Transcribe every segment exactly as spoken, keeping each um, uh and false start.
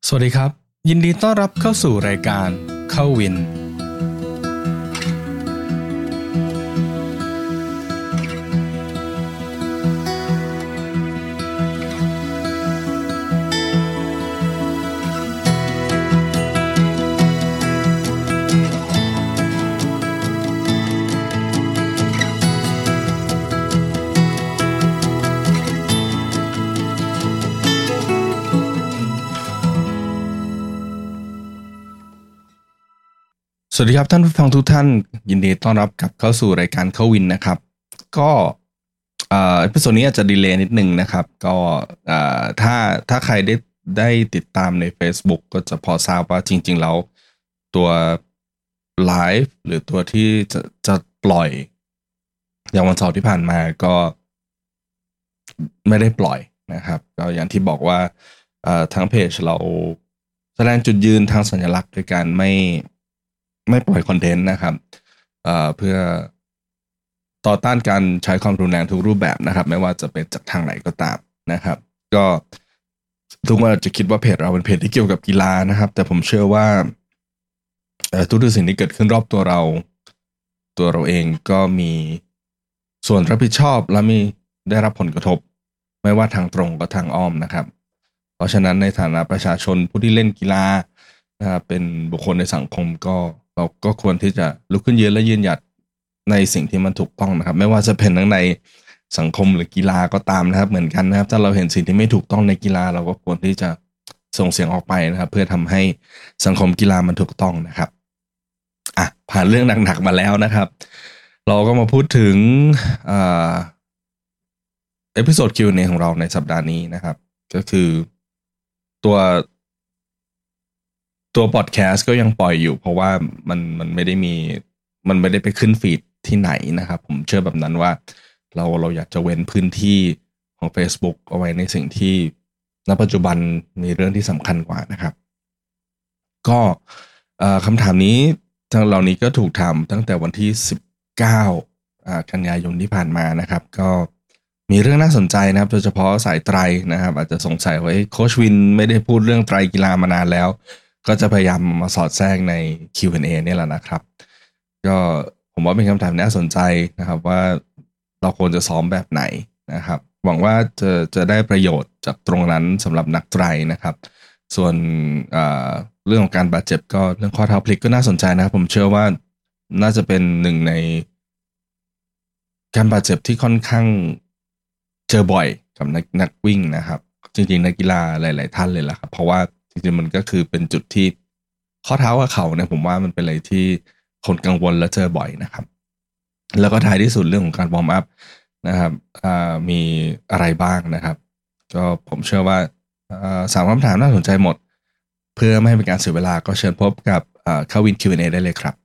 สวัสดีครับยินดีต้อนรับเข้าสู่รายการเข้าวินสวัสดีครับท่านผู้ฟังทุกท่านยินดีต้อนรับกลับเข้าสู่รายการเข้าวินนะครับก็เอ่อเอพิโซดนี้อาจจะดีเลย์นิดนึงนะครับก็เอ่อถ้าถ้าใครได้ได้ติดตามใน Facebook ก็จะพอทราบว่าจริงๆแล้วตัวไลฟ์หรือตัวที่จะจะปล่อยอย่างวันเสาร์ที่ผ่านมาก็ไม่ได้ปล่อยนะครับก็อย่างที่บอกว่าเอ่อทางเพจเราแสดงจุดยืนทางสัญลักษณ์โดยการไม่ไม่ปล่อยคอนเทนต์นะครับเอ่อเพื่อต่อต้านการใช้ความรุนแรงทุกรูปแบบนะครับไม่ว่าจะเป็นจากทางไหนก็ตามนะครับก็ทุกคนอาจจะคิดว่าเพจเราเป็นเพจที่เกี่ยวกับกีฬานะครับแต่ผมเชื่อว่าทุกสิ่งที่เกิดขึ้นรอบตัวเราตัวเราเองก็มีส่วนรับผิดชอบและมีได้รับผลกระทบไม่ว่าทางตรงก็ทางอ้อมนะครับเพราะฉะนั้นในฐานะประชาชนผู้ที่เล่นกีฬานะครับเป็นบุคคลในสังคมก็เราก็ควรที่จะลุกขึ้นยืนและยืนหยัดในสิ่งที่มันถูกต้องนะครับไม่ว่าจะเป็นทั้งในสังคมหรือกีฬาก็ตามนะครับเหมือนกันนะครับถ้าเราเห็นสิ่งที่ไม่ถูกต้องในกีฬาเราก็ควรที่จะส่งเสียงออกไปนะครับเพื่อทำให้สังคมกีฬามันถูกต้องนะครับอ่ะผ่านเรื่องหนักๆมาแล้วนะครับเราก็มาพูดถึงอ่าเอพิโซด คิว แอนด์ เอ ของเราในสัปดาห์นี้นะครับก็คือตัวตัวพอดแคสต์ก็ยังปล่อยอยู่เพราะว่ามันมันไม่ได้มีมันไม่ได้ไปขึ้นฟีดที่ไหนนะครับผมเชื่อแบบนั้นว่าเราเราอยากจะเว้นพื้นที่ของ Facebook เอาไว้ในสิ่งที่ณปัจจุบันมีเรื่องที่สำคัญกว่านะครับก็คำถามนี้ทั้งเหล่านี้ก็ถูกถามตั้งแต่วันที่สิบเก้ากันยายนที่ผ่านมานะครับก็มีเรื่องน่าสนใจนะครับโดยเฉพาะสายไตรนะครับอาจจะสงสัยว่าโค้ชวินไม่ได้พูดเรื่องไตรกีฬามานานแล้วก็จะพยายามมาสอดแทรกใน คิว แอนด์ เอ นี่แหละนะครับก็ผมว่าเป็นคำถามน่าสนใจนะครับว่าเราควรจะซ้อมแบบไหนนะครับหวังว่าจะจะได้ประโยชน์จากตรงนั้นสำหรับนักไตรนะครับส่วนเรื่องของการบาดเจ็บก็เรื่องข้อเท้าพลิกก็น่าสนใจนะครับผมเชื่อว่าน่าจะเป็นหนึ่งในการบาดเจ็บที่ค่อนข้างเจอบ่อยกับนักนักวิ่งนะครับจริงๆนักกีฬาหลายๆท่านเลยแหละครับเพราะว่าจริงๆมันก็คือเป็นจุดที่ข้อเท้ากับเข่าเนี่ยผมว่ามันเป็นอะไรที่คนกังวลและเจอบ่อยนะครับแล้วก็ท้ายที่สุดเรื่องของการวอร์มอัพนะครับมีอะไรบ้างนะครับก็ผมเชื่อว่าสามคำถามน่าสนใจหมดเพื่อไม่ให้เป็นการเสียเวลาก็เชิญพบกับเข้าวิน คิว แอนด์ เอ ได้เลยครับ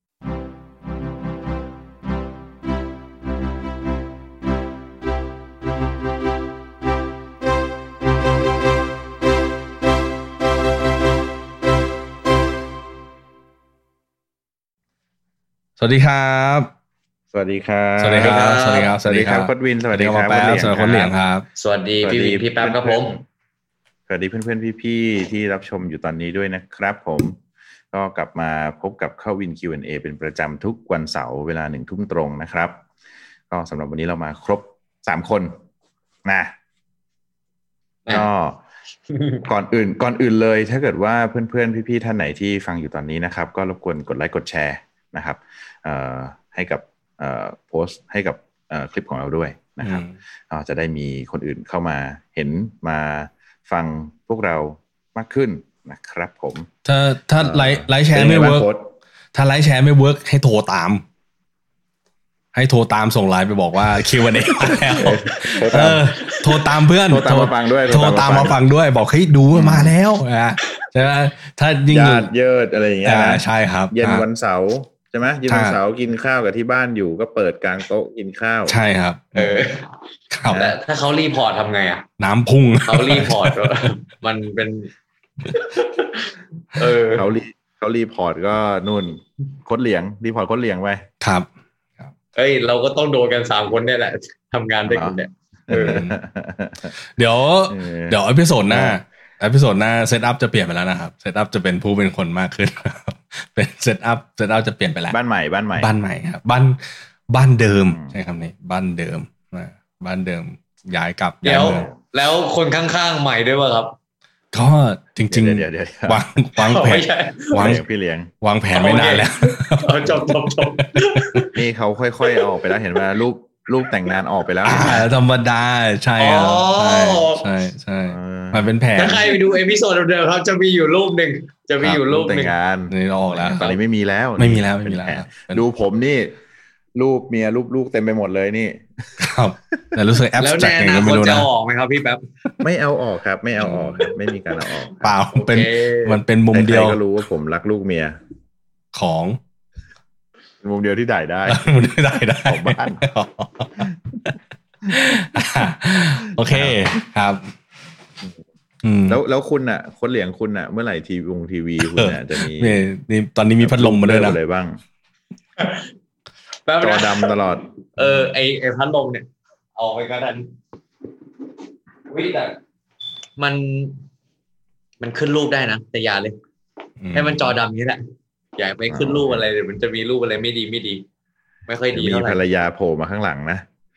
สวัสดีครับสวัสดีครับสวัสดีครับสวัสดีครับสวัสดีครับโค้ชวินสวัสดีครับสวัสดีครับโค้ชเหลียงครับสวัสดีพี่วินพี่แป๊บครับผมสวัสดีเพื่อนๆพี่ๆที่รับชมอยู่ตอนนี้ด้วยนะครับผมก็กลับมาพบกับเข้าวิน คิว แอนด์ เอ เป็นประจำทุกวันเสาร์เวลาหนึ่งทุ่มตรงนะครับก็สำหรับวันนี้เรามาครบสามคนนะก็ก่อนอื่นก่อนอื่นเลยถ้าเกิดว่าเพื่อนๆพี่ๆท่านไหนที่ฟังอยู่ตอนนี้นะครับก็รบกวนกดไลค์กดแชร์นะครับให้กับโพสต์ให้กับคลิปของเราด้วยนะครับจะได้มีคนอื่นเข้ามาเห็นมาฟังพวกเรามากขึ้นนะครับผมถ้าถ้าไลค์ไลค์แชร์ไม่เวิร์กถ้าไลค์แชร์ไม่เวิร์กให้โทรตามให้โทรตามส่งไลน์ไปบอกว่า คิว แอนด์ เอ แล้วเออโทรตามเพื่อนโทรตามมาฟังด้วยโทรตามมาฟังด้วยบอกให้ดูมาแล้วนะใช่ไหมถ้ายิ่งญาติเยิดอะไรอย่างเงี้ยนะใช่ครับเย็นวันเสาร์ใช่ไหมเย็นวันเสาร์กินข้าวกับที่บ้านอยู่ก็เปิดกลางโต๊ะกินข้าวใช่ครับเออครับแต่ถ้าเขารีพอร์ตทำไงอ่ะน้ำพุ่งเขารีพอร์ตมันเป็นเออเขารีเขารีพอร์ตก็นู่นโค้ชเหลียงรีพอร์ตโค้ชเหลียงไปครับเอ้ยเราก็ต้องโดนกันสามคนเนี่ยแหละทำงานด้วยกันเนี่ยเดี๋ยวเดี๋ยวเอพิโซดหน้าเอพิโซดหน้าเซตอัพจะเปลี่ยนไปแล้วนะครับเซตอัพจะเป็นผู้เป็นคนมากขึ้นเป็นเซตอัพเซตอัพจะเปลี่ยนไปแล้วบ้านใหม่บ้านใหม่บ้านใหม่ครับบ้านบ้านเดิมใช่คำนี้บ้านเดิมบ้านเดิมย้ายกลับย้ายเมืองแล้วคนข้างๆใหม่ด้วยป่ะครับก็จริงๆเดี๋ยวๆวางวางแผนวางพี่เลี้ยงวางแผนไม่นานแล้วจบจบจบนี่เขาค่อยๆเอาออกไปแล้วเห็นว่าลูกลูกแต่งงานออกไปแล้วธรรมดาใช่ครับใช่ใช่ใช่มันเป็นแผนถ้าใครไปดูเอพิโซดเดิมๆครับจะมีอยู่รูปหนึ่งจะมีอยู่รูปหนึ่งแต่งงานนี่ออกแล้วตอนนี้ไม่มีแล้วไม่มีแล้วไม่มีแล้วดูผมนี่รูปเมียรูปลูกเต็มไปหมดเลยนี่ครับแต่รู้สึกแอปสแตรกยังไม่รู้นะจะออกไหมครับพี่แป๊บไม่เอาออกครับไม่เอาออกครับไม่มีการเอาออกเปล่าเป็นมันเป็นมุมเดียวก็รู้ว่าผมรักลูกเมียของมุมเดียวที่ได้ได้มุมที่ได้ได้ของบ้านโอเคครับแล้วแล้วคุณอ่ะคนเหลียงคุณอ่ะเมื่อไหร่ทีวีวงทีวีคุณอ่ะจะมีนี่ตอนนี้มีพัดลมมาด้วยนะอะไรบ้างจอดำตลอดเออไอไอพัดลมเนี่ยออกไปก็ดันวิแต่มันมันขึ้นรูปได้นะแต่อย่าเลยให้มันจอดำนี้แหละอย่าไปขึ้นรูปอะไรเดี๋ยวมันจะมีรูปอะไรไม่ดีไม่ดีไม่ค่อยดีเท่าไหร่มีภรรยาโผล่มาข้างหลังนะ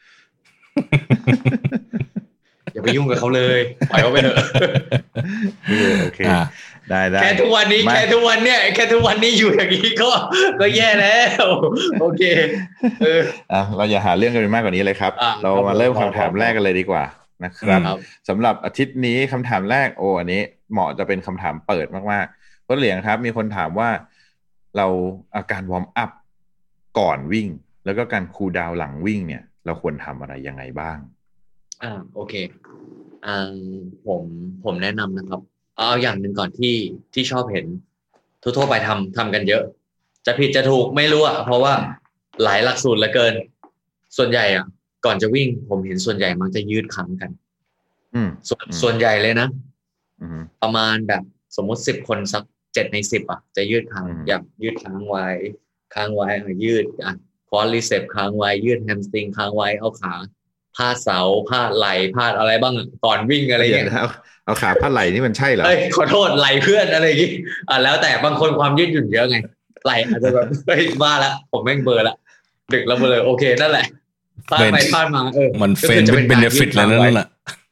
อย่าไปยุ่งกับเขาเลยปล่อยเขาไปเถอะโอเคได้ได้แค่ทุกวันนี้แค่ทุกวันเนี่ยแค่ทุกวันนี้อยู่อย่างนี้ก็ก็แย่แล้วโอเคเอออ่ะเราอย่าหาเรื่องกันไปมากกว่านี้เลยครับเรามาเริ่มคำถามแรกกันเลยดีกว่านะครับสำหรับอาทิตย์นี้คำถามแรกโอ้อันนี้เหมาะจะเป็นคำถามเปิดมากๆต้นเหลียงครับมีคนถามว่าเราอาการวอร์มอัพก่อนวิ่งแล้วก็การคูลดาวน์หลังวิ่งเนี่ยเราควรทำอะไรยังไงบ้างอ่าโอเคอ่าผมผมแนะนำนะครับเอาอย่างหนึ่งก่อนที่ที่ชอบเห็นทั่วๆไปทำทำกันเยอะจะผิดจะถูกไม่รู้อ่ะเพราะว่าหลายหลักสูตรเหลือเกินส่วนใหญ่อ่ะก่อนจะวิ่งผมเห็นส่วนใหญ่มักจะยืดครั้งกันอืมส่วนส่วนใหญ่เลยนะอืมประมาณแบบสมมติสิบคนสักเจ็ดในสิบอ่ะจะยืดครั้งอย่างยืดค้างไว้ค้างไว้ยืดอ่ะควอดริเซปค้างไว้ยืดแฮมสตริงค้างไว้เอาขาพาดเสาพาดไหล่พาดอะไรบ้างก่อนวิ่งอะไรอย่างเงี้ยเอาขาพาดไหล่นี่มันใช่เหรอเอ้ยขอโทษไหล่เพื่อนอะไรอย่างงี้อ่ะแล้วแต่บางคนความยืดหยุ่นเยอะไงไหล่อาจจะแบบเฮ้ยบ้าละผมแม่งเบอร์ละดึกแล้วเบอร์โอเคนั่นแหละพาดไปพาดมาเออมันเฟนเป็นเบเนฟิตแล้วนั่นแหละ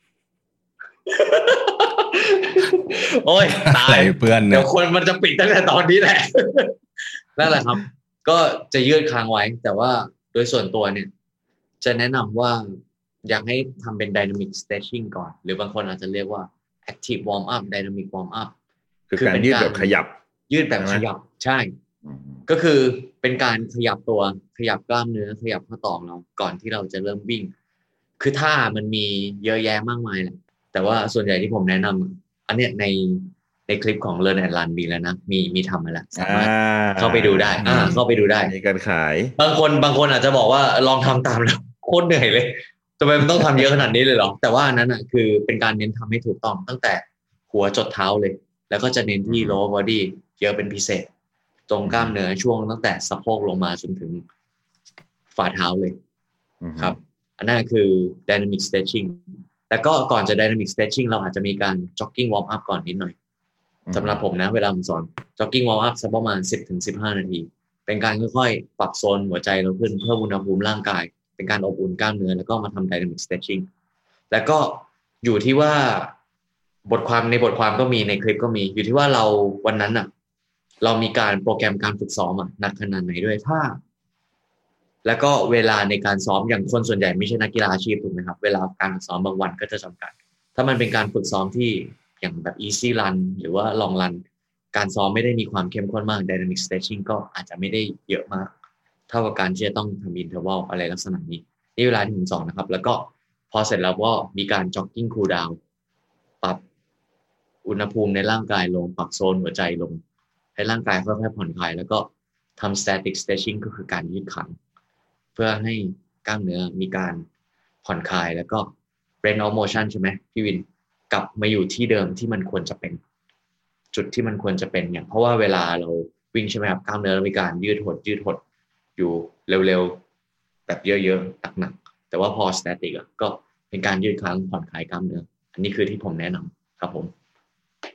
โอ้ยตายเพื่อนเดี๋ยวคนมันจะปิดตั้งแต่ตอนนี้แหละนั่นแหละครับก็จะยืดค้างไว้แต่ว่าโดยส่วนตัวเนี่ยจะแนะนำว่าอยากให้ทำเป็น dynamic stretching ก่อนหรือบางคนอาจจะเรียกว่า active warm up dynamic warm up คือการยืดแบบขยับยืดแบบขยับใช่ก็คือเป็นการขยับตัวขยับกล้ามเนื้อขยับข้อต่อเราก่อนที่เราจะเริ่มวิ่งคือท่ามันมีเยอะแยะมากมายแหละแต่ว่าส่วนใหญ่ที่ผมแนะนำอันเนี้ยในในคลิปของ Learn and Run มีแล้วนะมีมีทำมาแล้วสามารถเข้าไปดูได้อ่าเข้าไปดูได้มีการขายบางคนบางคนอาจจะบอกว่าลองทำตามแล้วโคตรเหนื่อยเลยทำไมมันต้องทำเยอะขนาดนี้เลยเหรอแต่ว่าอันนั้นอ่ะคือเป็นการเน้นทำให้ถูกต้องตั้งแต่หัวจดเท้าเลยแล้วก็จะเน้นที่ lower body เยอะเป็นพิเศษตรงกล้ามเนื้อช่วงตั้งแต่สะโพกลงมาจนถึงฝ่าเท้าเลยครับอันนั้นคือ dynamic stretching แต่ก็ก่อนจะ dynamic stretching เราอาจจะมีการ jogging warm up ก่อนนิดหน่อยสำหรับผมนะเวลาผมสอน jogging warm up สักประมาณ สิบถึงสิบห้า นาทีเป็นการค่อยๆปรับโซนหัวใจเราขึ้นเพิ่มอุณหภูมิร่างกายเป็นการอบอุ่นกล้ามเนื้อแล้วก็มาทำ dynamic stretching แล้วก็อยู่ที่ว่าบทความในบทความก็มีในคลิปก็มีอยู่ที่ว่าเราวันนั้นอ่ะเรามีการโปรแกรมการฝึกซ้อมอ่ะหนักขนาดไหนด้วยถ้าแล้วก็เวลาในการซ้อมอย่างคนส่วนใหญ่ไม่ใช่นักกีฬาอาชีพถูกไหมครับเวลาการซ้อมบางวันก็จะจำกัดถ้ามันเป็นการฝึกซ้อมที่อย่างแบบ easy run หรือว่า long run การซ้อมไม่ได้มีความเข้มข้นมาก dynamic stretching ก็อาจจะไม่ได้เยอะมากเท่ากับการที่จะต้องทำ interval อะไรลักษณะนี้นี่เวลาที่ผมสอนนะครับแล้วก็พอเสร็จแล้วก็มีการ jogging cool down ปรับอุณหภูมิในร่างกายลงปรับโซนหัวใจลงให้ร่างกายค่อยๆผ่อนคลายแล้วก็ทำ static stretching ก็คือการยืดขังเพื่อให้กล้ามเนื้อมีการผ่อนคลายแล้วก็ range of motion ใช่ไหมพี่วินกลับมาอยู่ที่เดิมที่มันควรจะเป็นจุดที่มันควรจะเป็นอย่างเพราะว่าเวลาเราวิ่งใช่ไหมครับกล้ามเนื้อมีการยืดหดยืดหดอยู่เร็วๆแบบเยอะๆหนักๆแต่ว่าพอ static อ่ะก็เป็นการยืดครั้งผ่อนคลายกล้ามเนื้ออันนี้คือที่ผมแนะนำครับผม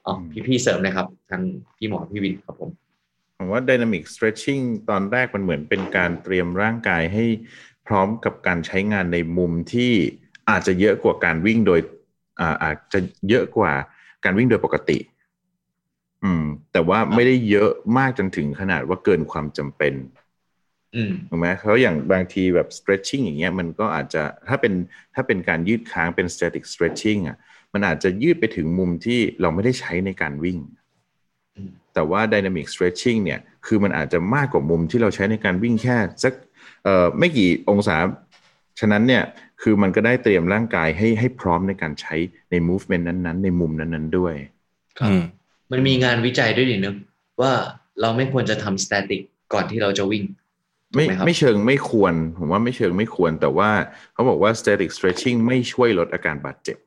อ๋อพี่ๆเสริมเลยครับทางพี่หมอพี่วินครับผมผมว่า dynamic stretching ตอนแรกมันเหมือนเป็นการเตรียมร่างกายให้พร้อมกับการใช้งานในมุมที่อาจจะเยอะกว่าการวิ่งโดยอ่าอาจจะเยอะกว่าการวิ่งโดยปกติอืมแต่ว่าไม่ได้เยอะมากจนถึงขนาดว่าเกินความจำเป็นถูกไหมเขาอย่างบางทีแบบ stretching อย่างเงี้ยมันก็อาจจะถ้าเป็นถ้าเป็นการยืดค้างเป็น static stretching อ่ะมันอาจจะยืดไปถึงมุมที่เราไม่ได้ใช้ในการวิ่งแต่ว่า dynamic stretching เนี่ยคือมันอาจจะมากกว่ามุมที่เราใช้ในการวิ่งแค่สักเอ่อไม่กี่องศาฉะนั้นเนี่ยคือมันก็ได้เตรียมร่างกายให้ให้พร้อมในการใช้ใน movement นั้นๆในมุมนั้นๆด้วยครับมันมีงานวิจัยด้วยนี่นึกว่าเราไม่ควรจะทำ static ก่อนที่เราจะวิ่งไม่ไม่เชิงไม่ควรผมว่าไม่เชิงไม่ควรแต่ว่าเขาบอกว่า static stretching ไม่ช่วยลดอาการบาดเจ็บ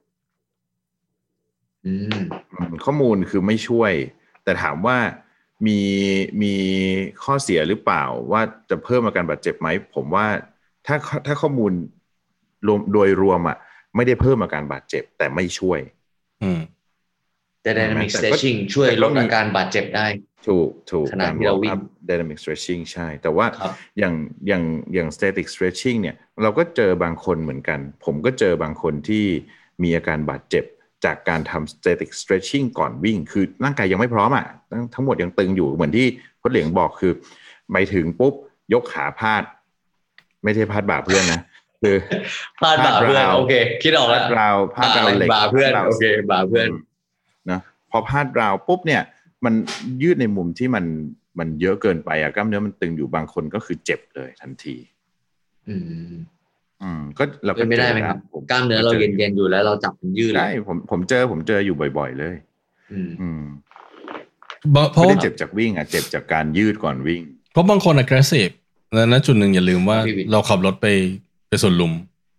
ข้อมูลคือไม่ช่วยแต่ถามว่ามีมีข้อเสียหรือเปล่าว่าจะเพิ่มอาการบาดเจ็บไหมผมว่าถ้าถ้าข้อมูลรวมโดยรวมอ่ะไม่ได้เพิ่มอาการบาดเจ็บแต่ไม่ช่วยแต่ dynamic stretching ช่วยลดอาการบาดเจ็บได้ถูกถูกขณะที่เราวิ่ง dynamic stretching ใช่แต่ว่าอย่างอย่างอย่าง static stretching เนี่ยเราก็เจอบางคนเหมือนกันผมก็เจอบางคนที่มีอาการบาดเจ็บจากการทำ static stretching ก่อนวิ่งคือร่างกายยังไม่พร้อมอ่ะทั้งหมดยังตึงอยู่เหมือนที่โค้ชเหลียงบอกคือไปถึงปุ๊บยกขาพาดไม่ใช่พาดบ่าเพื่อนนะคือพาดบ่าเพื่อนโอเคคิดออกแล้วพาดราวพาดราวเหล็กบ่าเพื่อนโอเคบ่าเพื่อนนะพอพาดราวปุ๊บเนี่ยมันยืดในมุมที่มันมันเยอะเกินไปอะกล้ามเนื้อมันตึงอยู่บางคนก็คือเจ็บเลยทันทีอืมอืมก็เราก็ไม่ได้ไหมครับกล้ามเนื้อเราเย็นๆอยู่แล้วเราจับมันยืดได้ผมผมเจอผมเจออยู่บ่อยๆเลยอืมอืมเพราะไม่ได้เจ็บจากวิ่งอ่ะเจ็บจากการยืดก่อนวิ่งเพราะบางคน aggressive แล้วนะจุดหนึ่งอย่าลืมว่าเราขับรถไปไปสวนลุม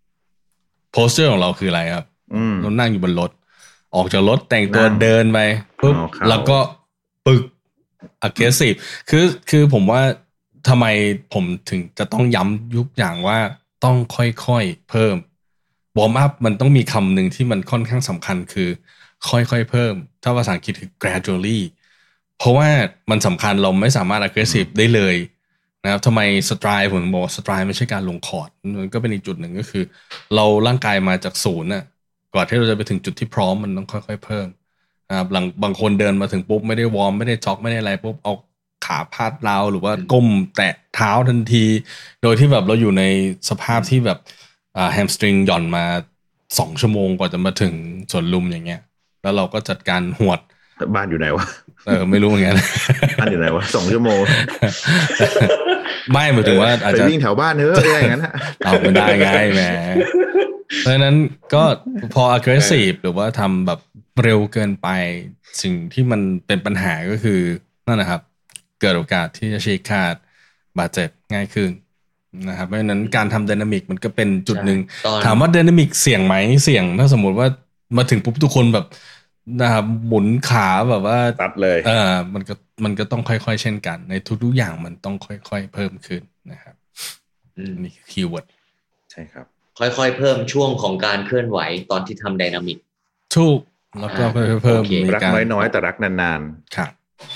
posture ของเราคืออะไรครับเรานั่งอยู่บนรถออกจากรถแต่งตัวเดินไปปุ๊บแล้วก็ปึก aggressive คือคือผมว่าทำไมผมถึงจะต้องย้ำยุกอย่างว่าต้องค่อยๆเพิ่ม warm up มันต้องมีคำหนึ่งที่มันค่อนข้างสำคัญคือค่อยๆเพิ่มถ้าภาษาอังกฤษคือ gradually เพราะว่ามันสำคัญเราไม่สามารถ aggressive ได้เลยนะครับทำไม stride ผมบอก stride ไม่ใช่การลงคอร์ดมันก็เป็นอีกจุดหนึ่งก็คือเราร่างกายมาจากศูนย์น่ะก่อนที่เราจะไปถึงจุดที่พร้อมมันต้องค่อยๆเพิ่มนะครับหลังบางคนเดินมาถึงปุ๊บไม่ได้วอร์มไม่ได้จ็อกไม่ได้อะไรปุ๊บเอาขาพาดราวหรือว่าก้มแตะเท้าทันทีโดยที่แบบเราอยู่ในสภาพที่แบบอ่าแฮมสตริงหย่อนมาสองชั่วโมงกว่าจะมาถึงสวนลุมอย่างเงี้ยแล้วเราก็จัดการหวดบ้านอยู่ไหนวะเออไม่รู้เหมือนกันบ้านอยู่ไหนวะสองชั่วโมงไม่หมายถึงว่าอาจจะไปวิ่งแถวบ้านเนอะอะไรอย่างนั้นเอาไม่ได้ไงแหมเพราะฉะนั้นก็พอ aggressive หรือว่าทำแบบเร็วเกินไปสิ่งที่มันเป็นปัญหาก็คือนั่นนะครับเกิดโอกาสที่จะฉีกขาดบาดเจ็บง่ายขึ้นนะครับเพราะฉะนั้นการทำ dynamic มันก็เป็นจุดหนึ่งถามว่า dynamic เสี่ยงไหมเสี่ยงถ้าสมมติว่ามาถึงปุ๊บทุกคนแบบนะครับหมุนขาแบบว่าตัดเลยเออมันก็มันก็ต้องค่อยๆเช่นกันในทุกๆอย่างมันต้องค่อยๆเพิ่มขึ้นนะครับนี่คือคีย์เวิร์ดใช่ครับค่อยๆเพิ่มช่วงของการเคลื่อนไหวตอนที่ทำไดนามิกถูกแล้วก็ค่อยๆเพิ่มรักน้อยๆแต่รักนานๆครับ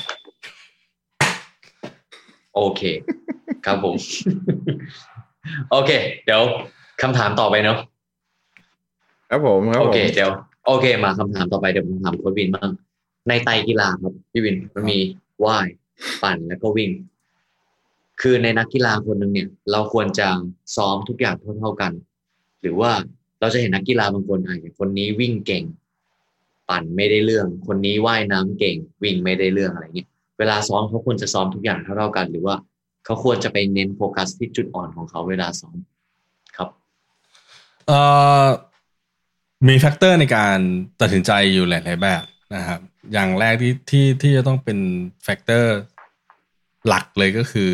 โอเคครับผมโอเคเดี๋ยวคำถามต่อไปเนาะครับผมครับโอเคเดี๋ยวโอเคมาคำถามต่อไปเดี๋ยวผมถามโค้ชวินบ้างในไตรกีฬาครับพี่วินมันมีว่ายปั่นแล้วก็วิ่งคือในนักกีฬาคนหนึ่งเนี่ยเราควรจะซ้อมทุกอย่างเท่าๆกันหรือว่าเราจะเห็นนักกีฬาบางคนอ่ะคนนี้วิ่งเก่งปั่นไม่ได้เรื่องคนนี้ว่ายน้ำเก่งวิ่งไม่ได้เรื่องอะไรเงี้ยเวลาซ้อมเขาควรจะซ้อมทุกอย่างเท่าๆกันหรือว่าเขาควรจะไปเน้นโฟกัสที่จุดอ่อนของเขาเวลาซ้อมครับเอ่อมีแฟกเตอร์ในการตัดสินใจอยู่หลายๆแบบนะครับอย่างแรกที่ที่ที่จะต้องเป็นแฟกเตอร์หลักเลยก็คือ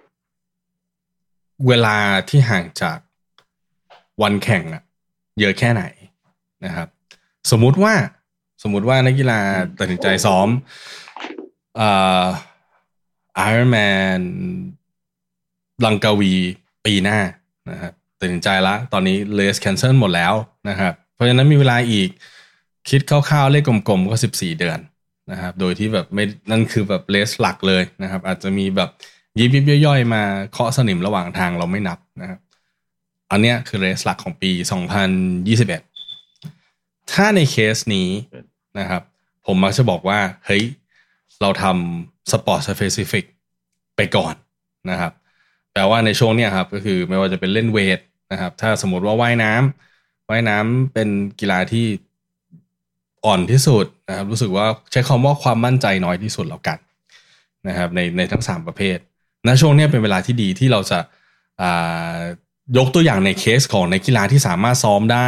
เวลาที่ห่างจากวันแข่งอะเยอะแค่ไหนนะครับสมมุติว่าสมมุติว่านักกีฬาตัดสินใจซ้อมเอ่อ Ironman ลังกาวีปีหน้านะครับตัดสินใจละตอนนี้เลสแคนเซิลหมดแล้วนะครับเพราะฉะนั้นมีเวลาอีกคิดคร่าวๆเลขกลมๆก็สิบสี่เดือนนะครับโดยที่แบบไม่นั่นคือแบบเลสหลักเลยนะครับอาจจะมีแบบยิบยิบย่อยๆมาเคาะสนิมระหว่างทางเราไม่นับนะครับอันเนี้ยคือเลสหลักของปีสองพันยี่สิบเอ็ดถ้าในเคสนี้นะครับผมมักจะบอกว่าเฮ้ยเราทำสปอร์ตสเปซิฟิกไปก่อนนะครับแปลว่าในช่วงเนี้ยครับก็คือไม่ว่าจะเป็นเล่นเวทนะครับถ้าสมมติว่าว่ายน้ำว่ายน้ำเป็นกีฬาที่อ่อนที่สุดนะครับรู้สึกว่าใช้คำว่าความมั่นใจน้อยที่สุดแล้วกันนะครับในในทั้งสามประเภทณช่วงนี้เป็นเวลาที่ดีที่เราจะยกตัวอย่างในเคสของในกีฬาที่สามารถซ้อมได้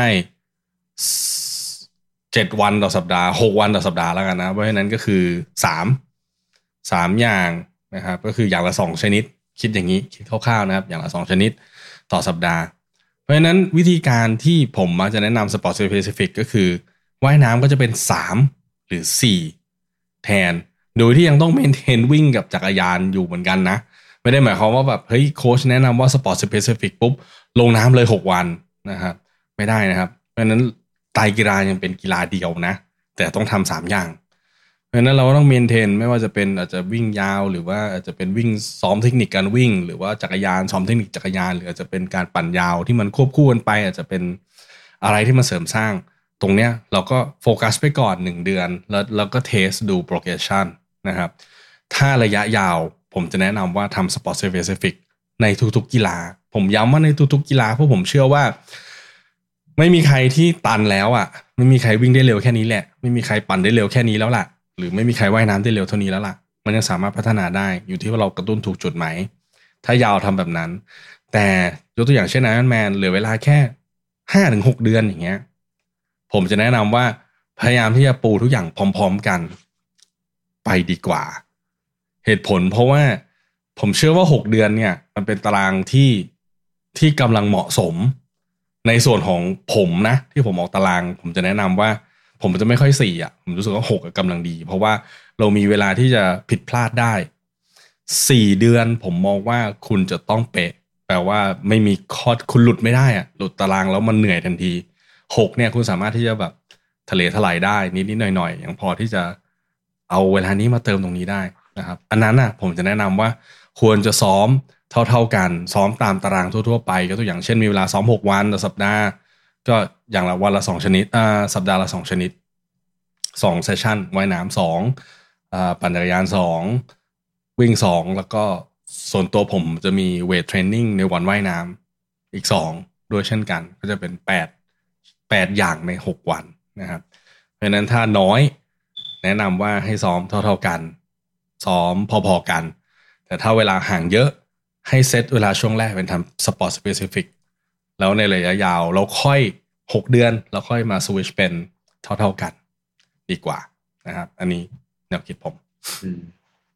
เจ็ดวันต่อสัปดาห์หกวันต่อสัปดาห์แล้วกันนะเพราะฉะนั้นก็คือสาม สามอย่างนะครับก็คืออย่างละสองชนิดคิดอย่างนี้คิดคร่าวๆนะครับอย่างละสองชนิดต่อสัปดาห์เพราะฉะนั้นวิธีการที่ผมมักจะแนะนำสปอร์ตสเปซิฟิกก็คือว่ายน้ำก็จะเป็นสามหรือสี่แทนโดยที่ยังต้องเมนเทนวิ่งกับจักรยานอยู่เหมือนกันนะไม่ได้หมายความว่าแบบเฮ้ยโค้ชแนะนำว่าสปอร์ตสเปซิฟิกปุ๊บลงน้ำเลยหกวันนะครับไม่ได้นะครับเพราะฉะนั้นไตรกีฬายังเป็นกีฬาเดียวนะแต่ต้องทำสามอย่างเพราะฉะนั้นเราก็ต้องเมนเทนไม่ว่าจะเป็นอาจจะวิ่งยาวหรือว่าอาจจะเป็นวิ่งซ้อมเทคนิคการวิ่งหรือว่าจักรยานซ้อมเทคนิคจักรยานหรืออาจจะเป็นการปั่นยาวที่มันควบคู่กันไปอาจจะเป็นอะไรที่มันเสริมสร้างตรงเนี้ยเราก็โฟกัสไปก่อนหนึ่งเดือนแล้วเราก็เทสดูโปรเกรสชันนะครับถ้าระยะยาวผมจะแนะนำว่าทำสปอร์ตสเปซิฟิกในทุกๆกีฬาผมย้ำว่าในทุกๆกีฬาเพราะผมเชื่อว่าไม่มีใครที่ตันแล้วอ่ะไม่มีใครวิ่งได้เร็วแค่นี้แหละไม่มีใครปั่นได้เร็วแค่นี้แล้วล่ะหรือไม่มีใครว่ายน้ำได้เร็วเท่านี้แล้วล่ะมันยังสามารถพัฒนาได้อยู่ที่ว่าเรากระตุ้นถูกจุดไหมถ้ายาวทำแบบนั้นแต่ยกตัวอย่างเช่นไอรอนแมนเหลือเวลาแค่ ห้าถึงหก เดือนอย่างเงี้ยผมจะแนะนำว่าพยายามที่จะปูทุกอย่างพร้อมๆกันไปดีกว่าเหตุผลเพราะว่าผมเชื่อว่าหกเดือนเนี่ยมันเป็นตารางที่ที่กำลังเหมาะสมในส่วนของผมนะที่ผมออกตารางผมจะแนะนำว่าผมจะไม่ค่อยสี่อ่ะผมรู้สึกว่าหกกำลังดีเพราะว่าเรามีเวลาที่จะผิดพลาดได้สี่เดือนผมมองว่าคุณจะต้องเป๊ะแปลว่าไม่มีข้อคุณหลุดไม่ได้อ่ะหลุดตารางแล้วมันเหนื่อยทันทีหกเนี่ยคุณสามารถที่จะแบบทะเลถลายได้นิดๆหน่อยๆอย่างพอที่จะเอาเวลานี้มาเติมตรงนี้ได้นะครับอันนั้นน่ะผมจะแนะนำว่าควรจะซ้อมเท่าๆกันซ้อมตามตารางทั่วๆไปก็ตัวอย่างเช่นมีเวลาซ้อมหกวันต่อสัปดาห์ก็อย่างละวันละสองชนิดอ่าสัปดาห์ละสองชนิดสองเซสชั่นว่ายน้ำสองอ่าปั่นจักรยานสองวิ่งสองแล้วก็ส่วนตัวผมจะมีเวทเทรนนิ่งในวันว่ายน้ำอีกสองด้วยเช่นกันก็จะเป็นแปด แปดอย่างในหกวันนะครับเพราะฉะนั้นถ้าน้อยแนะนำว่าให้ซ้อมเท่าๆกันซ้อมพอๆกันแต่ถ้าเวลาห่างเยอะให้เซตเวลาช่วงแรกเป็นทำสปอร์ตสเปซิฟิกแล้วในระยะยาวเราค่อยหกเดือนแล้วค่อยมาสวิตช์เป็นเท่าๆกันดีกว่านะครับอันนี้แนวคิดผมอืม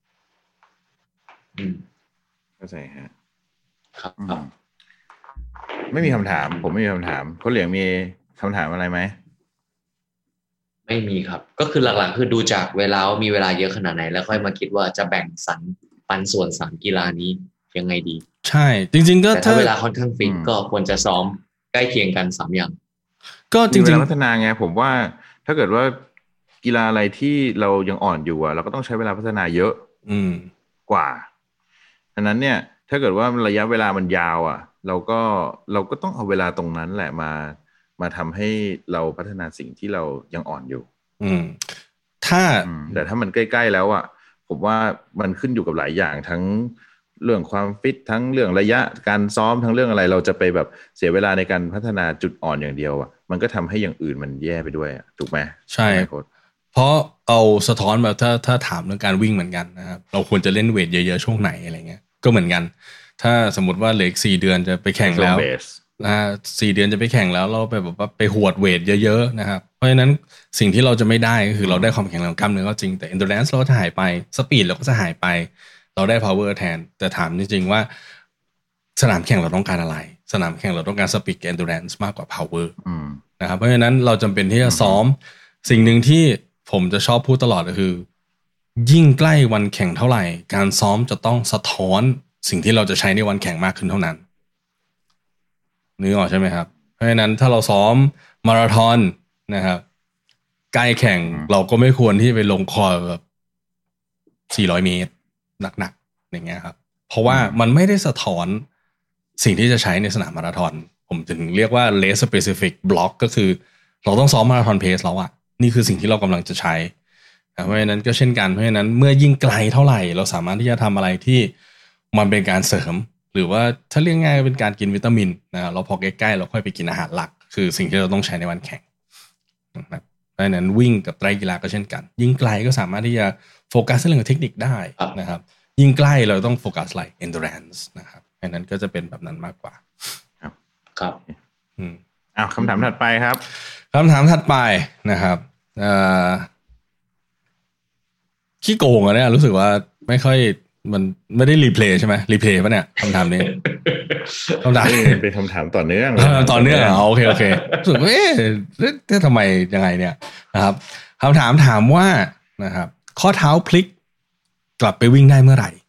อืมเข้าใจฮะครับไม่มีคำถามผมไม่มีคำถามคนเหลียงมีคำถามอะไรไหมไม่มีครับก็คือหลักๆคือดูจากเวลาว่ามีเวลาเยอะขนาดไหนแล้วค่อยมาคิดว่าจะแบ่งสรรปันส่วนสามกีฬานี้ยังไงดีใช่จริงๆก็แต่ถ้าเวลาค่อนข้างฟิกก็ควรจะซ้อมใกล้เคียงกันสามอย่างก็จริงๆพัฒนาไงผมว่าถ้าเกิดว่ากีฬาอะไรที่เรายังอ่อนอยู่อ่ะเราก็ต้องใช้เวลาพัฒนาเยอะอืมกว่าฉะนั้นเนี่ยถ้าเกิดว่าระยะเวลามันยาวอ่ะเราก็เราก็ต้องเอาเวลาตรงนั้นแหละมามาทำให้เราพัฒนาสิ่งที่เรายังอ่อนอยู่อืมถ้าแต่ถ้ามันใกล้ๆแล้วอ่ะผมว่ามันขึ้นอยู่กับหลายอย่างทั้งเรื่องความฟิตทั้งเรื่องระยะการซ้อมทั้งเรื่องอะไรเราจะไปแบบเสียเวลาในการพัฒนาจุดอ่อนอย่างเดียวอ่ะมันก็ทำให้อย่างอื่นมันแย่ไปด้วยถูกไหมใช่เพราะเอาสะท้อนแบบถ้าถ้าถามเรื่องการวิ่งเหมือนกันนะครับเราควรจะเล่นเวทเยอะๆช่วงไหนอะไรเงี้ยก็เหมือนกันถ้าสมมติว่าเหลือสี่เดือนจะไปแข่งแล้วนะสี่เดือนจะไปแข่งแล้วเราไปแบบว่าไปหวดเวทเยอะๆนะครับเพราะฉะนั้นสิ่งที่เราจะไม่ได้ก็คือเราได้ความแข็งแรงกล้ามเนื้อก็จริงแต่ endurance เราก็จะหายไปสปีดเราก็จะหายไปเราได้ power แทนแต่ถามจริงๆว่าสนามแข่งเราต้องการอะไรสนามแข่งเราต้องการ speed กับ endurance มากกว่า power นะครับเพราะฉะนั้นเราจำเป็นที่จะซ้อมสิ่งหนึ่งที่ผมจะชอบพูดตลอดก็คือยิ่งใกล้วันแข่งเท่าไหร่การซ้อมจะต้องสะท้อนสิ่งที่เราจะใช้ในวันแข่งมากขึ้นเท่านั้นนึกออกใช่ไหมครับเพราะฉะนั้นถ้าเราซ้อมมาราธอนนะครับใกล้แข่งเราก็ไม่ควรที่ไปลงคอแบบสี่ร้อยเมตรหนักๆอย่างเงี้ยครับเพราะว่ามันไม่ได้สะท้อนสิ่งที่จะใช้ในสนามมาราธอนผมถึงเรียกว่า race specific block ก็คือเราต้องซ้อมมาราธอนเพสแล้วอะนี่คือสิ่งที่เรากำลังจะใช้เพราะฉะนั้นก็เช่นกันเพราะฉะนั้นเมื่อยิ่งไกลเท่าไหร่เราสามารถที่จะทำอะไรที่มันเป็นการเสริมหรือว่าถ้าเรียกง่ายเป็นการกินวิตามินนะเราพอใกล้ๆเราค่อยไปกินอาหารหลักคือสิ่งที่เราต้องใช้ในวันแข่งนะครับเพราะฉะนั้นวิ่งกับไตรกีฬาก็เช่นกันยิ่งไกลก็สามารถที่จะโฟกัสเรื่องเทคนิคได้นะครับยิ่งใกล้เราต้องโฟกัสอะไร endurance นะครับเพราะฉะนั้นก็จะเป็นแบบนั้นมากกว่าครับครับอืมอ้าวคำถามถัดไปครับคำถามถัดไปนะครับเอ่อขี้โกงอ่ะเนี่ยรู้สึกว่าไม่ค่อยมันไม่ได้รีเพลย์ใช่ไหมรีเพลย์ป่ะเนี่ยคำถามนี้คำถามเป็นคำถามต่อเนื่องต่อเนื่องอ๋อโอเคโอเครู้สึกว่าเอ๊ะทำไมยังไงเนี่ยนะครับคำถามถามว่านะครับข้อเท้าพลิกกลับไปวิ่งได้เมื่อไหร่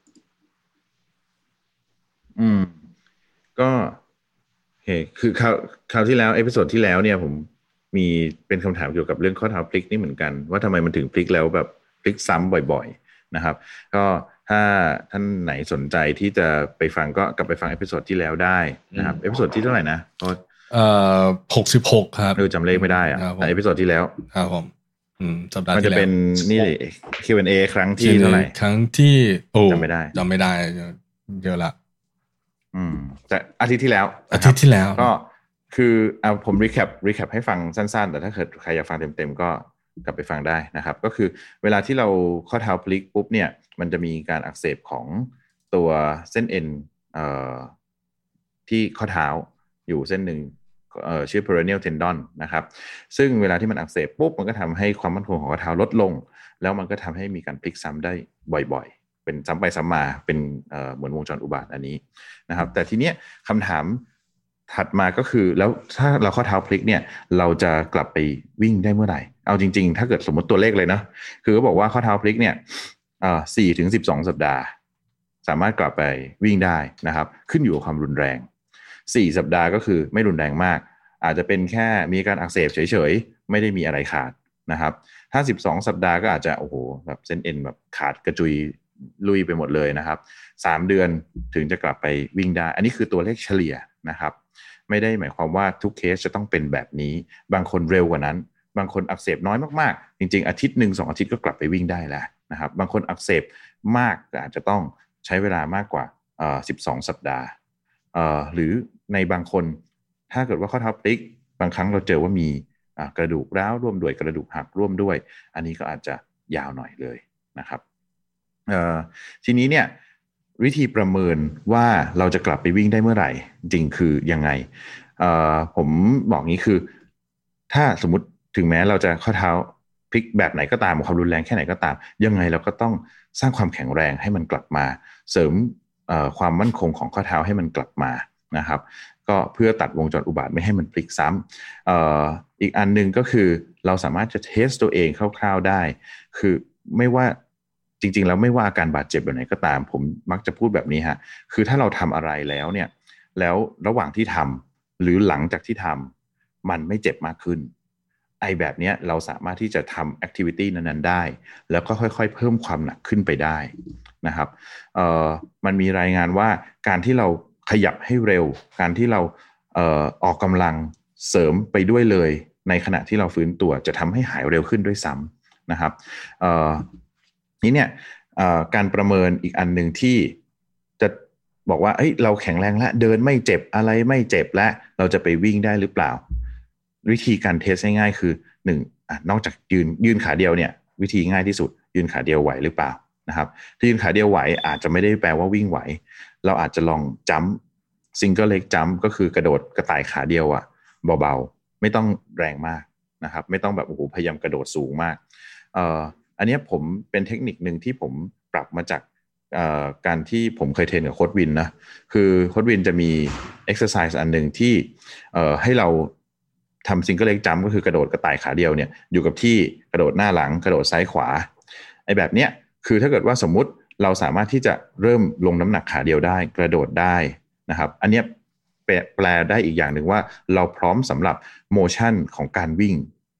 อืมก็โอเคคือคราวคราวที่แล้วเอพิโซดที่แล้วเนี่ยผมมีเป็นคำถามเกี่ยวกับเรื่องข้อเท้าพลิกนี่เหมือนกันว่าทำไมมันถึงพลิกแล้วแบบพลิกซ้ำบ่อยๆนะครับก็ถ้าท่านไหนสนใจที่จะไปฟังก็กลับไปฟังเอพิโซดที่แล้วได้นะครับเอพิโซดที่เท่าไหร่นะเอ่อหกสิบหกครับเออจำเลขไม่ได้อะแต่เอพิโซดที่แล้วครับผมอืมสัปดาห์ที่แล้วมันจะเป็นนี่ คิว แอนด์ เอ ครั้งที่เท่าไหร่ครั้งที่โอ้จำไม่ได้จำไม่ได้เยอะละอืมแต่อาทิตย์ที่แล้วอาทิตย์ที่แล้วก็คือเอาผมรีแคปรีแคปให้ฟังสั้นๆแต่ถ้าเกิดใครอยากฟังเต็มๆก็กลับไปฟังได้นะครับก็คือเวลาที่เราข้อเท้าพลิกปุ๊บเนี่ยมันจะมีการอักเสบของตัวเส้นเอ็นเอ่อที่ข้อเท้าอยู่เส้นหนึ่งเอ่อชื่อ peroneal tendon นะครับซึ่งเวลาที่มันอักเสบปุ๊บมันก็ทำให้ความมั่นคงของข้อเท้าลดลงแล้วมันก็ทำให้มีการพลิกซ้ำได้บ่อยๆเป็นซ้ำไปซ้ำมาเป็นเอ่อเหมือนวงจรอุบาทอันนี้นะครับแต่ทีเนี้ยคำถามถัดมาก็คือแล้วถ้าเราข้อเท้าพลิกเนี่ยเราจะกลับไปวิ่งได้เมื่อไหร่เอาจริงๆถ้าเกิดสมมติตัวเลขเลยนะคือเขาบอกว่าข้อเท้าพลิกเนี่ยอ่าสี่ถึงสิบสองสัปดาห์สามารถกลับไปวิ่งได้นะครับขึ้นอยู่กับความรุนแรงสี่สัปดาห์ก็คือไม่รุนแรงมากอาจจะเป็นแค่มีการอักเสบเฉยๆไม่ได้มีอะไรขาดนะครับถ้าสิบสองสัปดาห์ก็อาจจะโอ้โหแบบเส้นเอ็นแบบขาดกระจุยลุยไปหมดเลยนะครับสามเดือนถึงจะกลับไปวิ่งได้อันนี้คือตัวเลขเฉลี่ยนะครับไม่ได้หมายความว่าทุกเคสจะต้องเป็นแบบนี้บางคนเร็วกว่านั้นบางคนอักเสบน้อยมากๆจริงๆอาทิตย์หนึ่งสองอาทิตย์ก็กลับไปวิ่งได้แล้วนะครับบางคนอักเสบมากก็อาจจะต้องใช้เวลามากกว่าเอ่อสิบสองสัปดาห์เอ่อหรือในบางคนถ้าเกิดว่าข้อเท้าพลิกบางครั้งเราเจอว่ามีกระดูกร้าวร่วมด้วยกระดูกหักร่วมด้วยอันนี้ก็อาจจะยาวหน่อยเลยนะครับเอ่อทีนี้เนี่ยวิธีประเมินว่าเราจะกลับไปวิ่งได้เมื่อไหร่จริงคือยังไงเอ่อผมบอกงี้คือถ้าสมมติถึงแม้เราจะข้อเท้าพลิกแบบไหนก็ตามความรุนแรงแค่ไหนก็ตามยังไงเราก็ต้องสร้างความแข็งแรงให้มันกลับมาเสริมเอ่อความมั่นคงของข้อเท้าให้มันกลับมานะครับก็เพื่อตัดวงจรอุบาทไม่ให้มันพลิกซ้ำเอ่ออีกอันนึงก็คือเราสามารถจะเทสตัวเองคร่าวๆได้คือไม่ว่าจริงๆแล้วไม่ว่าอาการบาดเจ็บแบบไหนก็ตามผมมักจะพูดแบบนี้ฮะคือถ้าเราทำอะไรแล้วเนี่ยแล้วระหว่างที่ทำหรือหลังจากที่ทำมันไม่เจ็บมากขึ้นไอ้แบบนี้เราสามารถที่จะทำแอคทิวิตี้นั้นๆได้แล้วก็ค่อยๆเพิ่มความหนักขึ้นไปได้นะครับเอ่อมันมีรายงานว่าการที่เราขยับให้เร็วการที่เราเอ่อออกกำลังเสริมไปด้วยเลยในขณะที่เราฟื้นตัวจะทำให้หายเร็วขึ้นด้วยซ้ำนะครับเอ่อนี่เนี่ยการประเมินอีกอันหนึ่งที่จะบอกว่าเอ้ยเราแข็งแรงแล้วเดินไม่เจ็บอะไรไม่เจ็บแล้วเราจะไปวิ่งได้หรือเปล่าวิธีการเทสง่ายๆคือหนึ่งอ่ะนอกจากยืนยืนขาเดียวเนี่ยวิธีง่ายที่สุดยืนขาเดียวไหวหรือเปล่านะครับถ้ายืนขาเดียวไหวอาจจะไม่ได้แปลว่าวิ่งไหวเราอาจจะลองจัมป์ซิงเกิลเล็กจัมป์ก็คือกระโดดกระต่ายขาเดียวอ่ะเบาๆไม่ต้องแรงมากนะครับไม่ต้องแบบโอ้โหพยายามกระโดดสูงมากเอ่ออันนี้ผมเป็นเทคนิคนึงที่ผมปรับมาจากการที่ผมเคยเทรนกับโค้ชวินนะคือโค้ชวินจะมี exercise อันหนึ่งที่ให้เราทำซิงเกิลเล็กจัมป์ก็คือกระโดดกระต่ายขาเดียวเนี่ยอยู่กับที่กระโดดหน้าหลังกระโดดซ้ายขวาไอ้แบบเนี้ยคือถ้าเกิดว่าสมมุติเราสามารถที่จะเริ่มลงน้ำหนักขาเดียวได้กระโดดได้นะครับอันเนี้ยแปลได้อีกอย่างหนึ่งว่าเราพร้อมสำหรับโมชั่นของการวิ่ง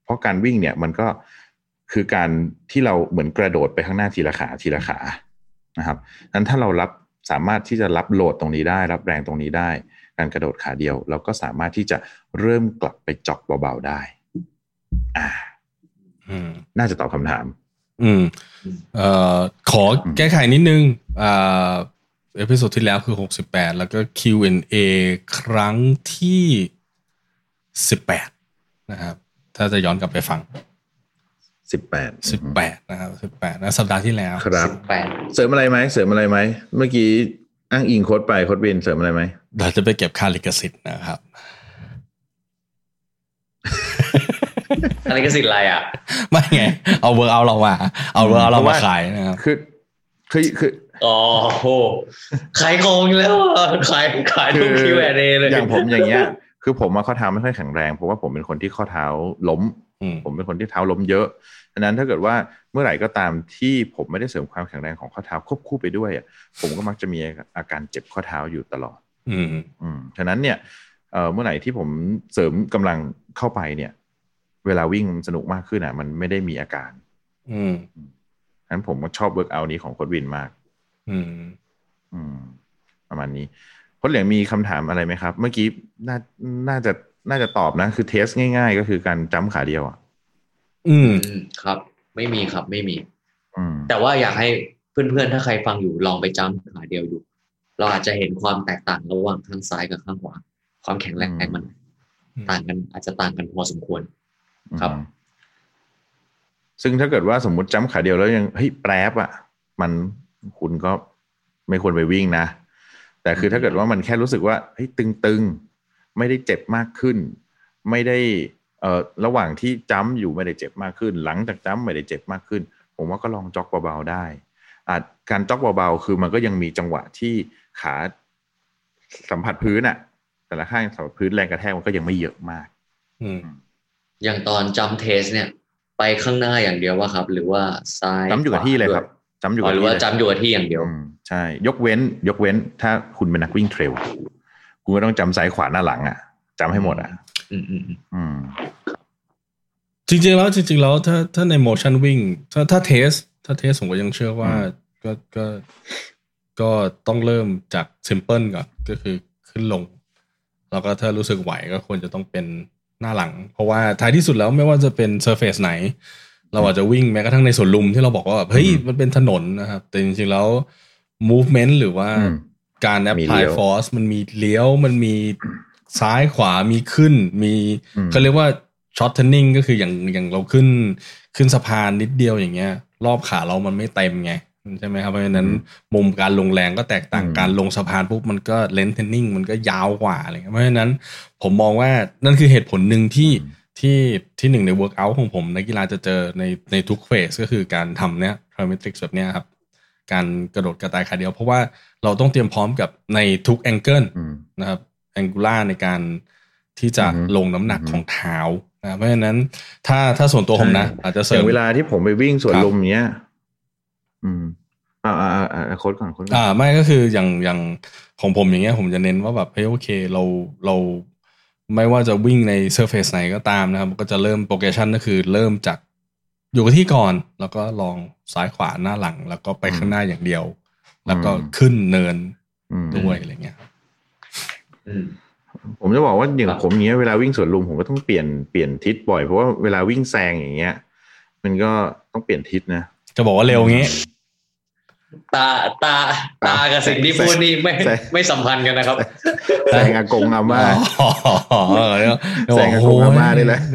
เพราะการวิ่งเนี่ยมันก็คือการที่เราเหมือนกระโดดไปข้างหน้าทีละขาทีละขานะครับนั้นถ้าเรารับสามารถที่จะรับโหลดตรงนี้ได้รับแรงตรงนี้ได้การกระโดดขาเดียวเราก็สามารถที่จะเริ่มกลับไปจ็อกเบาๆได้อ่าน่าจะตอบคำถามอืมเอ่อขอแก้ไขนิดนึงอ่าเอพิโซดที่แล้วคือหกสิบแปดแล้วก็ คิว แอนด์ เอ ครั้งที่สิบแปดนะครับถ้าจะย้อนกลับไปฟังสิบแปดสิบแปดนะครับสิบแปดนะสัปดาห์ที่แล้วครับสิบแปดเสริมอะไรไหมเสริมอะไรไหมเมื่อกี้อ้างอิงโค้ดไปโค้ดวินเสริมอะไรไหมเดี๋ยวจะไปเก็บค่าลิขสิทธิ์นะครับค่าลิขสิทธิ์อะไรอ่ะไม่ไงเอาเวิร์กเอาเรามาเอาเวิร์กเอาเรามาขายนะครับคือคือคืออ๋อโหขายของแล้วขายขายทุก คิว แอนด์ เอ เลยอย่างผมอย่างเงี้ยคือผมมาข้อเท้าไม่ค่อยแข็งแรงเพราะว่าผมเป็นคนที่ข้อเท้าล้มผมเป็นคนที่เท้าล้มเยอะฉะนั้นถ้าเกิดว่าเมื่อไหร่ก็ตามที่ผมไม่ได้เสริมความแข็งแรงของข้อเท้าควบคู่ไปด้วยอ่ะผมก็มักจะมีอาการเจ็บข้อเท้าอยู่ตลอดอืมอืมฉะนั้นเนี่ยเอ่อเมื่อไหร่ที่ผมเสริมกำลังเข้าไปเนี่ยเวลาวิ่งสนุกมากขึ้นอ่ะมันไม่ได้มีอาการอืมฉะนั้นผมก็ชอบเวิร์กเอาท์นี้ของโค้ชวินมากอืมอืมประมาณนี้โค้ชเหลียงมีคำถามอะไรไหมครับเมื่อกี้น่าน่าจะน่าจะตอบนะคือเทสง่ายๆก็คือการจั๊มขาเดียวอ่ะอืมครับไม่มีครับไม่มีอืมแต่ว่าอยากให้เพื่อนๆถ้าใครฟังอยู่ลองไปจั๊มขาเดียวดูเราอาจจะเห็นความแตกต่างระหว่างข้างซ้ายกับข้างขวาความแข็งแรงมันต่างกันอาจจะต่างกันพอสมควรครับซึ่งถ้าเกิดว่าสมมุติจั๊มขาเดียวแล้วยังเฮ้ยแปรบอ่ะมันคุณก็ไม่ควรไปวิ่งนะแต่คือถ้าเกิดว่ามันแค่รู้สึกว่าเฮ้ยตึงๆไม่ได้เจ็บมากขึ้นไม่ได้เอ่อระหว่างที่จั๊มอยู่ไม่ได้เจ็บมากขึ้นหลังจากจั๊มไม่ได้เจ็บมากขึ้นผมว่าก็ลองจ็อกเบาๆได้อาจการจ็อกเบาๆคือมันก็ยังมีจังหวะที่ขาสัมผัสพื้นอ่ะแต่ละข้างสัมผัสพื้นแรงกระแทกมันก็ยังไม่เยอะมากอืมอย่างตอนจั๊มเทสเนี่ยไปข้างหน้าอย่างเดียวว่าครับหรือว่าซ้ายจั๊มอยู่กับที่เลยครับจั๊มอยู่กับที่หรือว่าจั๊มอยู่กับที่อย่างเดียวใช่ยกเว้นยกเว้นถ้าคุณเป็นนักวิ่งเทรลคุณก็ต้องจั๊มซ้ายขวาหน้าหลังอ่ะจั๊มให้หมดอ่ะอืมอืมอืมจริงๆแล้วจริงๆแล้วถ้าถ้าใน motion วิ่งถ้าถ้าเทสถ้าเทสผมก็ยังเชื่อว่าก็ก็ก็ต้องเริ่มจาก simple ก่อนก็คือขึ้นลงแล้วก็ถ้ารู้สึกไหวก็ควรจะต้องเป็นหน้าหลังเพราะว่าท้ายที่สุดแล้วไม่ว่าจะเป็น surface ไหนเราอาจจะวิ่งแม้กระทั่งในสวนลุมที่เราบอกว่าแบบเฮ้ยมันเป็นถนนนะครับแต่จริงๆแล้ว movement หรือว่าการ apply force มันมีเลี้ยวมันมีซ้ายขวามีขึ้นมีเขาเรียกว่า shortening ก็คืออย่างอย่างเราขึ้นขึ้นสะพานนิดเดียวอย่างเงี้ยรอบขาเรามันไม่เต็มไงใช่ไหมครับเพราะฉะนั้นมุมการลงแรงก็แตกต่างการลงสะพานปุ๊บมันก็ lengthening มันก็ยาวกว่าอะไรเงี้ยเพราะฉะนั้นผมมองว่านั่นคือเหตุผลหนึ่งที่ที่ที่หนึ่งใน workout ของผมนักกีฬาจะเจอในในทุกเฟสก็คือการทำเนี้ย plyometrics แบบเนี้ยครับการกระโดดกระต่ายขาเดียวเพราะว่าเราต้องเตรียมพร้อมกับในทุก angle นะครับ angular ในการที่จะลงน้ำหนักของเท้านะเพราะฉะนั้นถ้าถ้าส่วนตัวผมนะอาจจะเสริมเวลาที่ผมไปวิ่งสวนลุมเนี้ยอืมอ่าอ่าอ่าโค้ดก่อนโค้ดอ่าไม่ก็คืออย่างอย่างของผมอย่างเงี้ยผมจะเน้นว่าแบบเฮ้ยโอเคเราเราไม่ว่าจะวิ่งใน surface ไหนก็ตามนะครับก็จะเริ่ม progression ก็คือเริ่มจากอยู่กับที่ก่อนแล้วก็ลองซ้ายขวาหน้าหลังแล้วก็ไปข้างหน้าอย่างเดียวแล้วก็ขึ้นเนินด้วยอะไรเงี้ยผมจะบอกว่าอย่างผมเงี้ยเวลาวิ่งสวนลุมผมก็ต้องเปลี่ยนเปลี่ยนทิศบ่อยเพราะว่าเวลาวิ่งแซงอย่างเงี้ยมันก็ต้องเปลี่ยนทิศนะจะบอกว่าเร็วงี้ตาตาตากับสิ่งที่พูดนี่ไม่ไม่สัมพันธ์กันนะครับแซงอากงอาม่าแซงอากงอาม่าได้เลย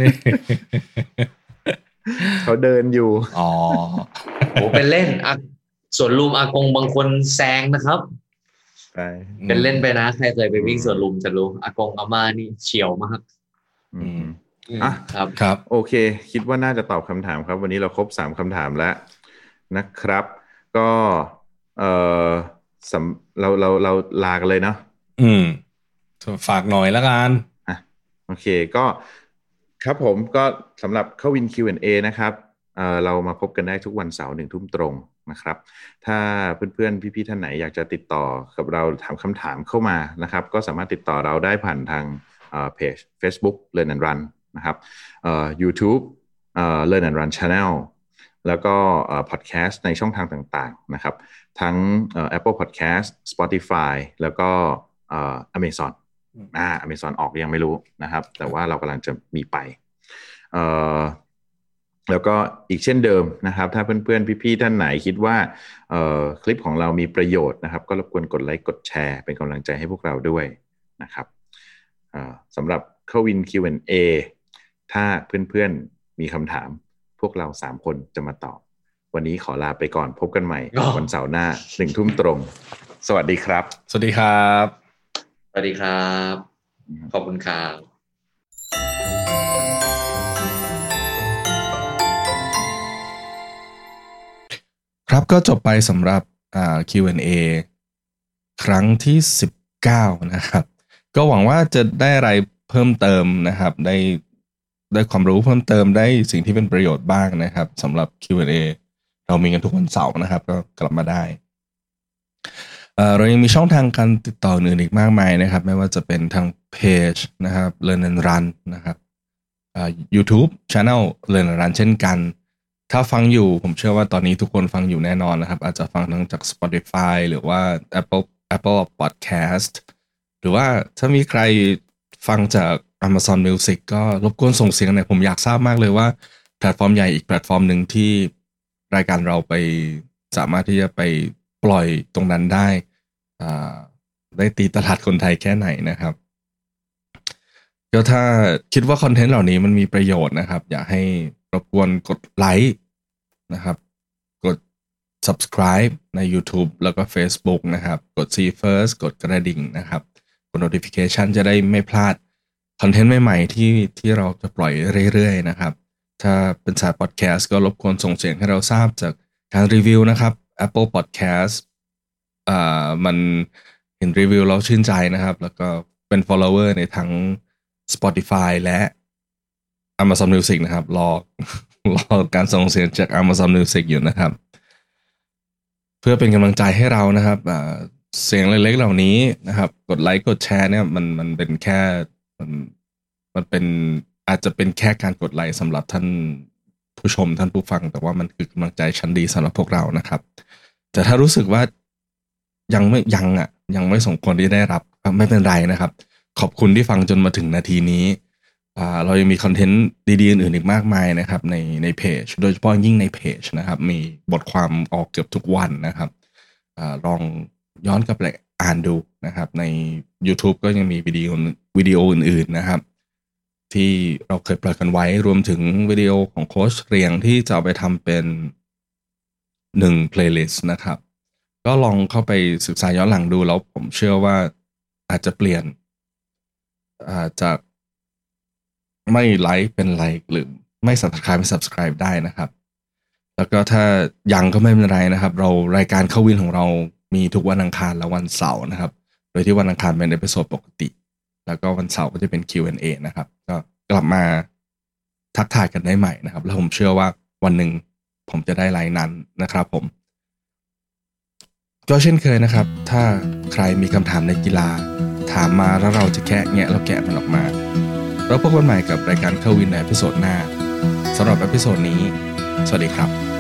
เขาเดินอยู่อ๋อโหเป็นเล่นอ่ะสวนลุมอากงบางคนแซงนะครับเป็นเล่นไปนะใครเคยไปวิ่งสวนลุมจะรู้อากงอาม่านี่เฉียวมากอืมอ่ะครับครับโอเคคิดว่าน่าจะตอบคำถามครับวันนี้เราครบสามคำถามแล้วนะครับก็เออเราเราเราลากันเลยเนาะอืมฝากหน่อยละกันอ่ะโอเคก็ครับผมก็สำหรับเข้าวิน คิว แอนด์ เอ นะครับเอ่อเรามาพบกันได้ทุกวันเสาร์หนึ่งทุ่มตรงนะครับถ้าเพื่อนๆพี่ๆท่านไหนอยากจะติดต่อกับเราถามคำถามเข้ามานะครับก็สามารถติดต่อเราได้ผ่านทางเอ่อเพจ Facebook Learn and Run นะครับเอ่อ YouTube เอ่อ Learn and Run Channel แล้วก็เอ่อ podcast ในช่องทางต่างๆนะครับทั้งเอ่อ Apple Podcast Spotify แล้วก็เอ่อ Amazon อ่า Amazon ออกยังไม่รู้นะครับแต่ว่าเรากำลังจะมีไปเอ่อแล้วก็อีกเช่นเดิมนะครับถ้าเพื่อนๆพี่ๆท่านไหนคิดว่าเอ่อคลิปของเรามีประโยชน์นะครับก็รบกวนกดไลค์กดแชร์เป็นกำลังใจให้พวกเราด้วยนะครับเอ่อสำหรับเข้าวิน คิว แอนด์ เอ ถ้าเพื่อนๆมีคำถามพวกเราสามคนจะมาตอบวันนี้ขอลาไปก่อนพบกันใหม่ วันเสาร์หน้าหนึ่งทุ่มตรงสวัสดีครับสวัสดีครับสวัสดีครับขอบคุณครับครับก็จบไปสำหรับอ่า คิว แอนด์ เอ ครั้งที่สิบเก้านะครับก็หวังว่าจะได้อะไรเพิ่มเติมนะครับได้ได้ความรู้เพิ่มเติมได้สิ่งที่เป็นประโยชน์บ้างนะครับสำหรับ คิว แอนด์ เอ เรามีกันทุกวันเสาร์นะครับก็กลับมาได้เอ่อเรายังมีช่องทางการติดต่ออื่นอีกมากมายนะครับไม่ว่าจะเป็นทางเพจนะครับ Learn and Run นะครับอ่า YouTube Channel Learn and Run เช่นกันถ้าฟังอยู่ผมเชื่อว่าตอนนี้ทุกคนฟังอยู่แน่นอนนะครับอาจจะฟังทั้งจาก Spotify หรือว่า Apple Apple Podcast หรือว่าถ้ามีใครฟังจาก Amazon Music ก็รบกวนส่งเสียงหน่อยผมอยากทราบมากเลยว่าแพลตฟอร์มใหญ่อีกแพลตฟอร์มหนึ่งที่รายการเราไปสามารถที่จะไปปล่อยตรงนั้นได้อ่าได้ตีตลาดคนไทยแค่ไหนนะครับก็ถ้าคิดว่าคอนเทนต์เหล่านี้มันมีประโยชน์นะครับอยากให้รบกวนกดไลค์นะครับกด subscribe ใน YouTube แล้วก็ Facebook นะครับกด See First กดกระดิ่งนะครับกด notification จะได้ไม่พลาดคอนเทนต์ใหม่ๆที่ที่เราจะปล่อยเรื่อยๆนะครับถ้าเป็นสาย podcast ก็รบกวนส่งเสียงให้เราทราบจากการรีวิวนะครับ Apple Podcast อ่ามันเห็นรีวิวแล้วชื่นใจนะครับแล้วก็เป็น follower ในทั้ง Spotify และ Amazon Music นะครับรอรอการส่งเสียงจาก Amazon Music อยู่นะครับเพื่อเป็นกำลังใจให้เรานะครับเสียงเล็กๆเหล่านี้นะครับกดไลค์กดแชร์เนี่ยมันมันเป็นแค่มันมันเป็นอาจจะเป็นแค่การกดไลค์สำหรับท่านผู้ชมท่านผู้ฟังแต่ว่ามันคือกำลังใจชั้นดีสำหรับพวกเรานะครับแต่ถ้ารู้สึกว่ายังไม่ยังอ่ะยังไม่สมควรที่ได้รับไม่เป็นไรนะครับขอบคุณที่ฟังจนมาถึงนาทีนี้อ่าเรายังมีคอนเทนต์ดีๆอื่นๆอีกมากมายนะครับในในเพจโดยเฉพาะยิ่งในเพจนะครับมีบทความออกเกือบทุกวันนะครับอ่าลองย้อนกลับไปอ่านดูนะครับใน YouTube ก็ยังมีวิดีโอวิดีโออื่นๆนะครับที่เราเคยปล่อยกันไว้รวมถึงวิดีโอของโค้ชเรียงที่จะเอาไปทำเป็นหนึ่ง playlist นะครับก็ลองเข้าไปศึกษาย้อนหลังดูแล้วผมเชื่อว่าอาจจะเปลี่ยนอ่าจากไม่ไลค์เป็นไลค์หรือไม่ subscribe ไม่ subscribe ได้นะครับแล้วก็ถ้ายังก็ไม่เป็นไรนะครับเรารายการเข้าวินของเรามีทุกวันอังคารและวันเสาร์นะครับโดยที่วันอังคารเป็นเอพิโซดปกติแล้วก็วันเสาร์ก็จะเป็น คิว แอนด์ เอ นะครับก็กลับมาทักทายกันได้ใหม่นะครับแล้วผมเชื่อว่าวันหนึ่งผมจะได้ไลน์นั้นนะครับผมก็เช่นเคยนะครับถ้าใครมีคำถามในกีฬาถามมาแล้วเราจะแคะแงะแล้วแกะมันออกมาแล้วพบกันใหม่กับรายการเข้าวินในเอพิโซดหน้าสำหรับเอพิโซดนี้สวัสดีครับ